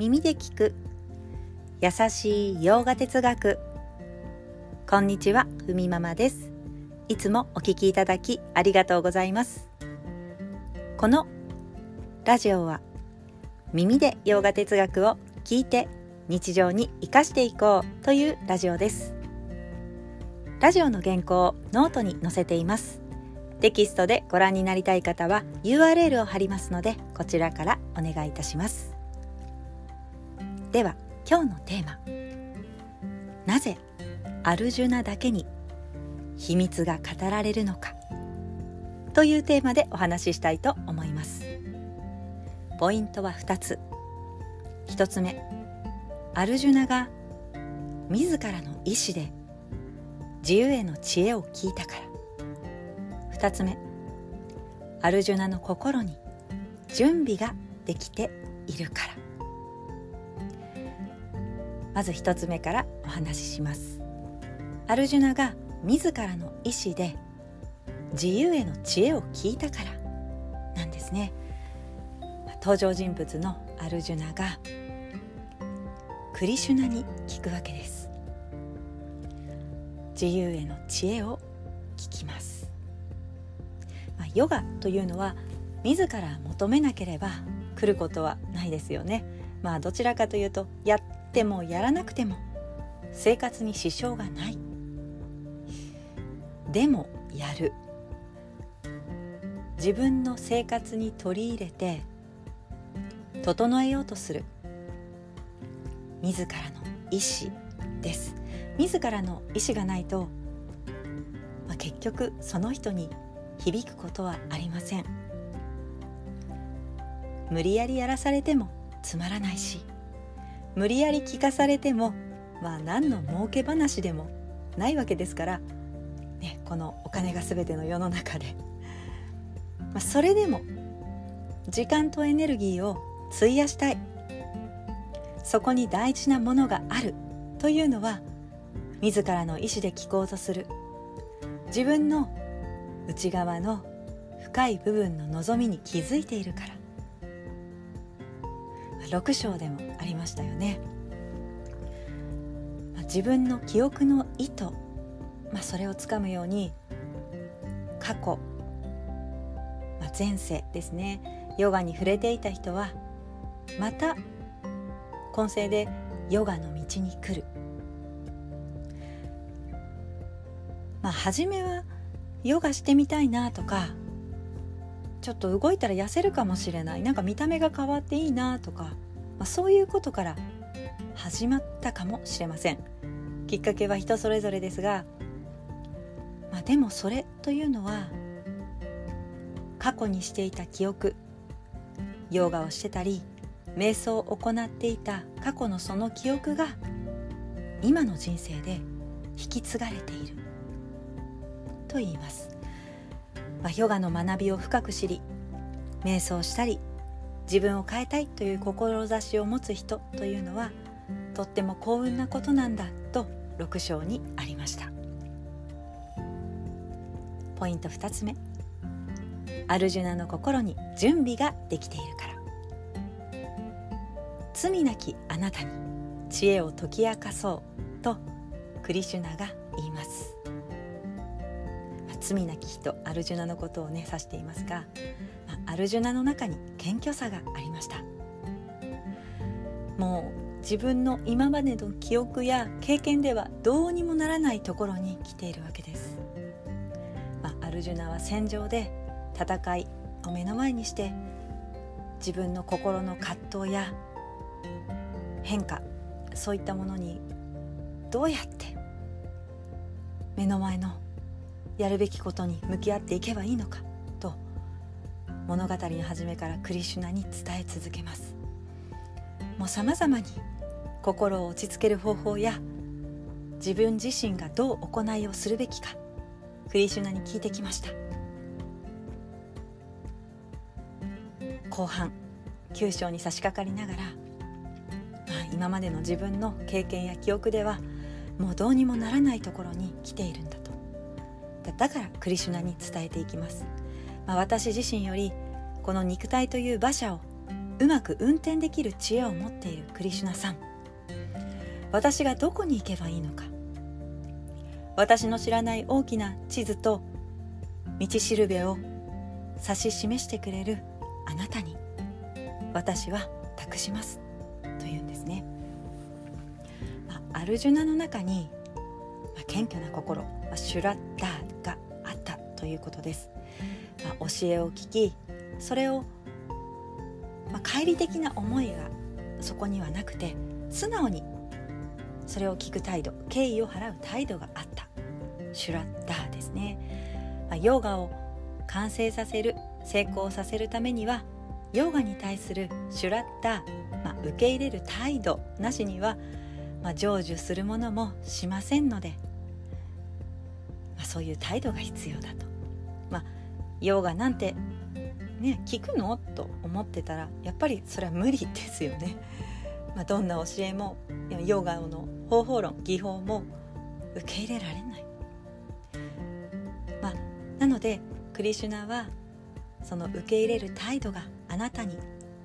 耳で聞く優しい洋画哲学。こんにちは、ふみママです。いつもお聞きいただきありがとうございます。このラジオは耳で洋画哲学を聞いて日常に生かしていこうというラジオです。ラジオの原稿をノートに載せています。テキストでご覧になりたい方は URL を貼りますので、こちらからお願いいたします。では今日のテーマ、なぜアルジュナだけに秘密が語られるのかというテーマでお話ししたいと思います。ポイントは2つ。1つ目、アルジュナが自らの意志で自由への知恵を聞いたから。2つ目、アルジュナの心に準備ができているから。まず1つ目からお話しします。アルジュナが自らの意志で自由への知恵を聞いたからなんですね。登場人物のアルジュナがクリシュナに聞くわけです。自由への知恵を聞きます。ヨガというのは自ら求めなければ来ることはないですよね。どちらかというと、やってもやらなくても生活に支障がない。でもやる。自分の生活に取り入れて整えようとする自らの意志です。自らの意志がないと、結局その人に響くことはありません。無理やりやらされてもつまらないし、無理やり聞かされても何の儲け話でもないわけですから、このお金が全ての世の中で、それでも時間とエネルギーを費やしたい、そこに大事なものがあるというのは、自らの意志で聞こうとする自分の内側の深い部分の望みに気づいているから。6章でもありましたよね。自分の記憶の意図、それをつかむように過去、前世ですね、ヨガに触れていた人はまた今世でヨガの道に来る。初めはヨガしてみたいなとか、ちょっと動いたら痩せるかもしれない、見た目が変わっていいなとか、そういうことから始まったかもしれません。きっかけは人それぞれですが、でもそれというのは過去にしていた記憶、ヨガをしてたり瞑想を行っていた過去のその記憶が今の人生で引き継がれていると言います。ヨガの学びを深く知り、瞑想したり自分を変えたいという志を持つ人というのはとっても幸運なことなんだと6章にありました。ポイント2つ目、アルジュナの心に準備ができているから。罪なきあなたに知恵を解き明かそうとクリシュナが言います。罪なき人、アルジュナのことを指していますが、アルジュナの中に謙虚さがありました。もう自分の今までの記憶や経験ではどうにもならないところに来ているわけです。アルジュナは戦場で戦いを目の前にして、自分の心の葛藤や変化、そういったものにどうやって目の前のやるべきことに向き合っていけばいいのかと、物語の初めからクリシュナに伝え続けます。もう様々に心を落ち着ける方法や自分自身がどう行いをするべきか、クリシュナに聞いてきました。後半9章に差し掛かりながら、今までの自分の経験や記憶ではもうどうにもならないところに来ているんだと。だからクリシュナに伝えていきます。私自身よりこの肉体という馬車をうまく運転できる知恵を持っているクリシュナさん、私がどこに行けばいいのか、私の知らない大きな地図と道しるべを指し示してくれるあなたに私は託しますというんですね。アルジュナの中に、謙虚な心、シュラッダーがあったということです。教えを聞き、それを、乖離的な思いがそこにはなくて、素直にそれを聞く態度、敬意を払う態度があった、シュラッダーですね。ヨガを完成させる、成功させるためには、ヨガに対するシュラッダー、受け入れる態度なしには、成就するものもしませんので、そういう態度が必要だと。ヨガなんてね、聞くのと思ってたら、やっぱりそれは無理ですよね。どんな教えもヨガの方法論、技法も受け入れられない。なのでクリシュナはその受け入れる態度があなたの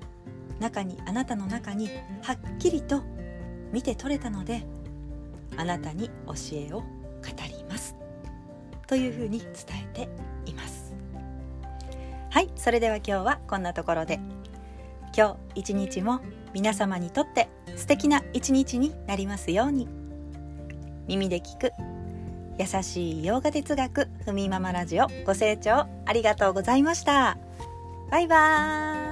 中にはっきりと見て取れたので、あなたに教えを語りますというふうに伝えています。はい、それでは今日はこんなところで。今日一日も皆様にとって素敵な一日になりますように。耳で聞く優しい洋画哲学ふみママラジオ、ご清聴ありがとうございました。バイバーイ。